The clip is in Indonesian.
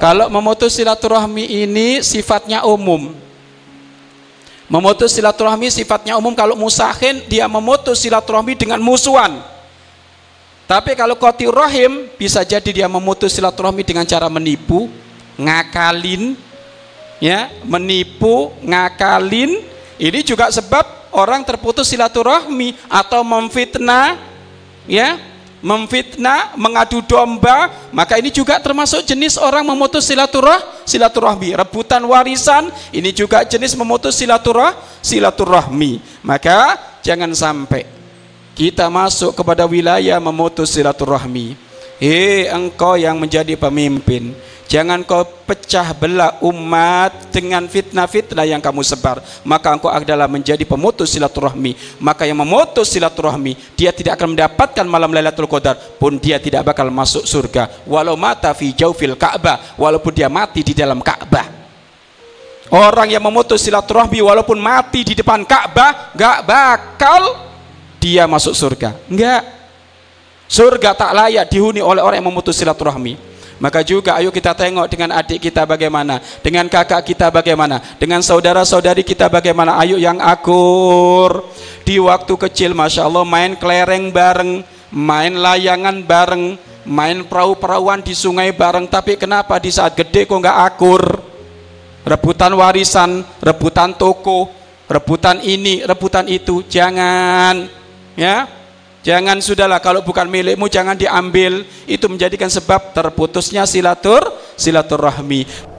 Kalau memutus silaturahmi ini sifatnya umum. Memutus silaturahmi sifatnya umum. Kalau musahin, dia memutus silaturahmi dengan musuhan. Tapi kalau qati rahim, bisa jadi dia memutus silaturahmi dengan cara menipu, ngakalin, ya, menipu, ngakalin. Ini juga sebab orang terputus silaturahmi. Atau memfitnah, ya, memfitnah, mengadu domba, maka ini juga termasuk jenis orang memutus silaturahmi. Rebutan warisan, ini juga jenis memutus silaturahmi. Maka jangan sampai kita masuk kepada wilayah memutus silaturahmi. Engkau yang menjadi pemimpin, jangan kau pecah belah umat dengan fitnah-fitnah yang kamu sebar. Maka engkau adalah menjadi pemutus silaturahmi. Maka yang memutus silaturahmi, dia tidak akan mendapatkan malam Lailatul Qadar, pun dia tidak bakal masuk surga. Walau mata fi jaufil Ka'bah, walaupun dia mati di dalam Ka'bah. Orang yang memutus silaturahmi walaupun mati di depan Ka'bah, gak bakal dia masuk surga. Enggak. Surga tak layak dihuni oleh orang yang memutus silaturahmi. Maka juga ayo kita tengok dengan adik kita bagaimana, dengan kakak kita bagaimana, dengan saudara-saudari kita bagaimana. Ayo yang akur. Di waktu kecil Masya Allah main kelereng bareng, main layangan bareng, main perahu-perahuan di sungai bareng. Tapi kenapa di saat gede kok nggak akur? Rebutan warisan, rebutan toko, rebutan ini, rebutan itu. Jangan, ya. Jangan, sudahlah, kalau bukan milikmu jangan diambil. Itu menjadikan sebab terputusnya silaturahmi.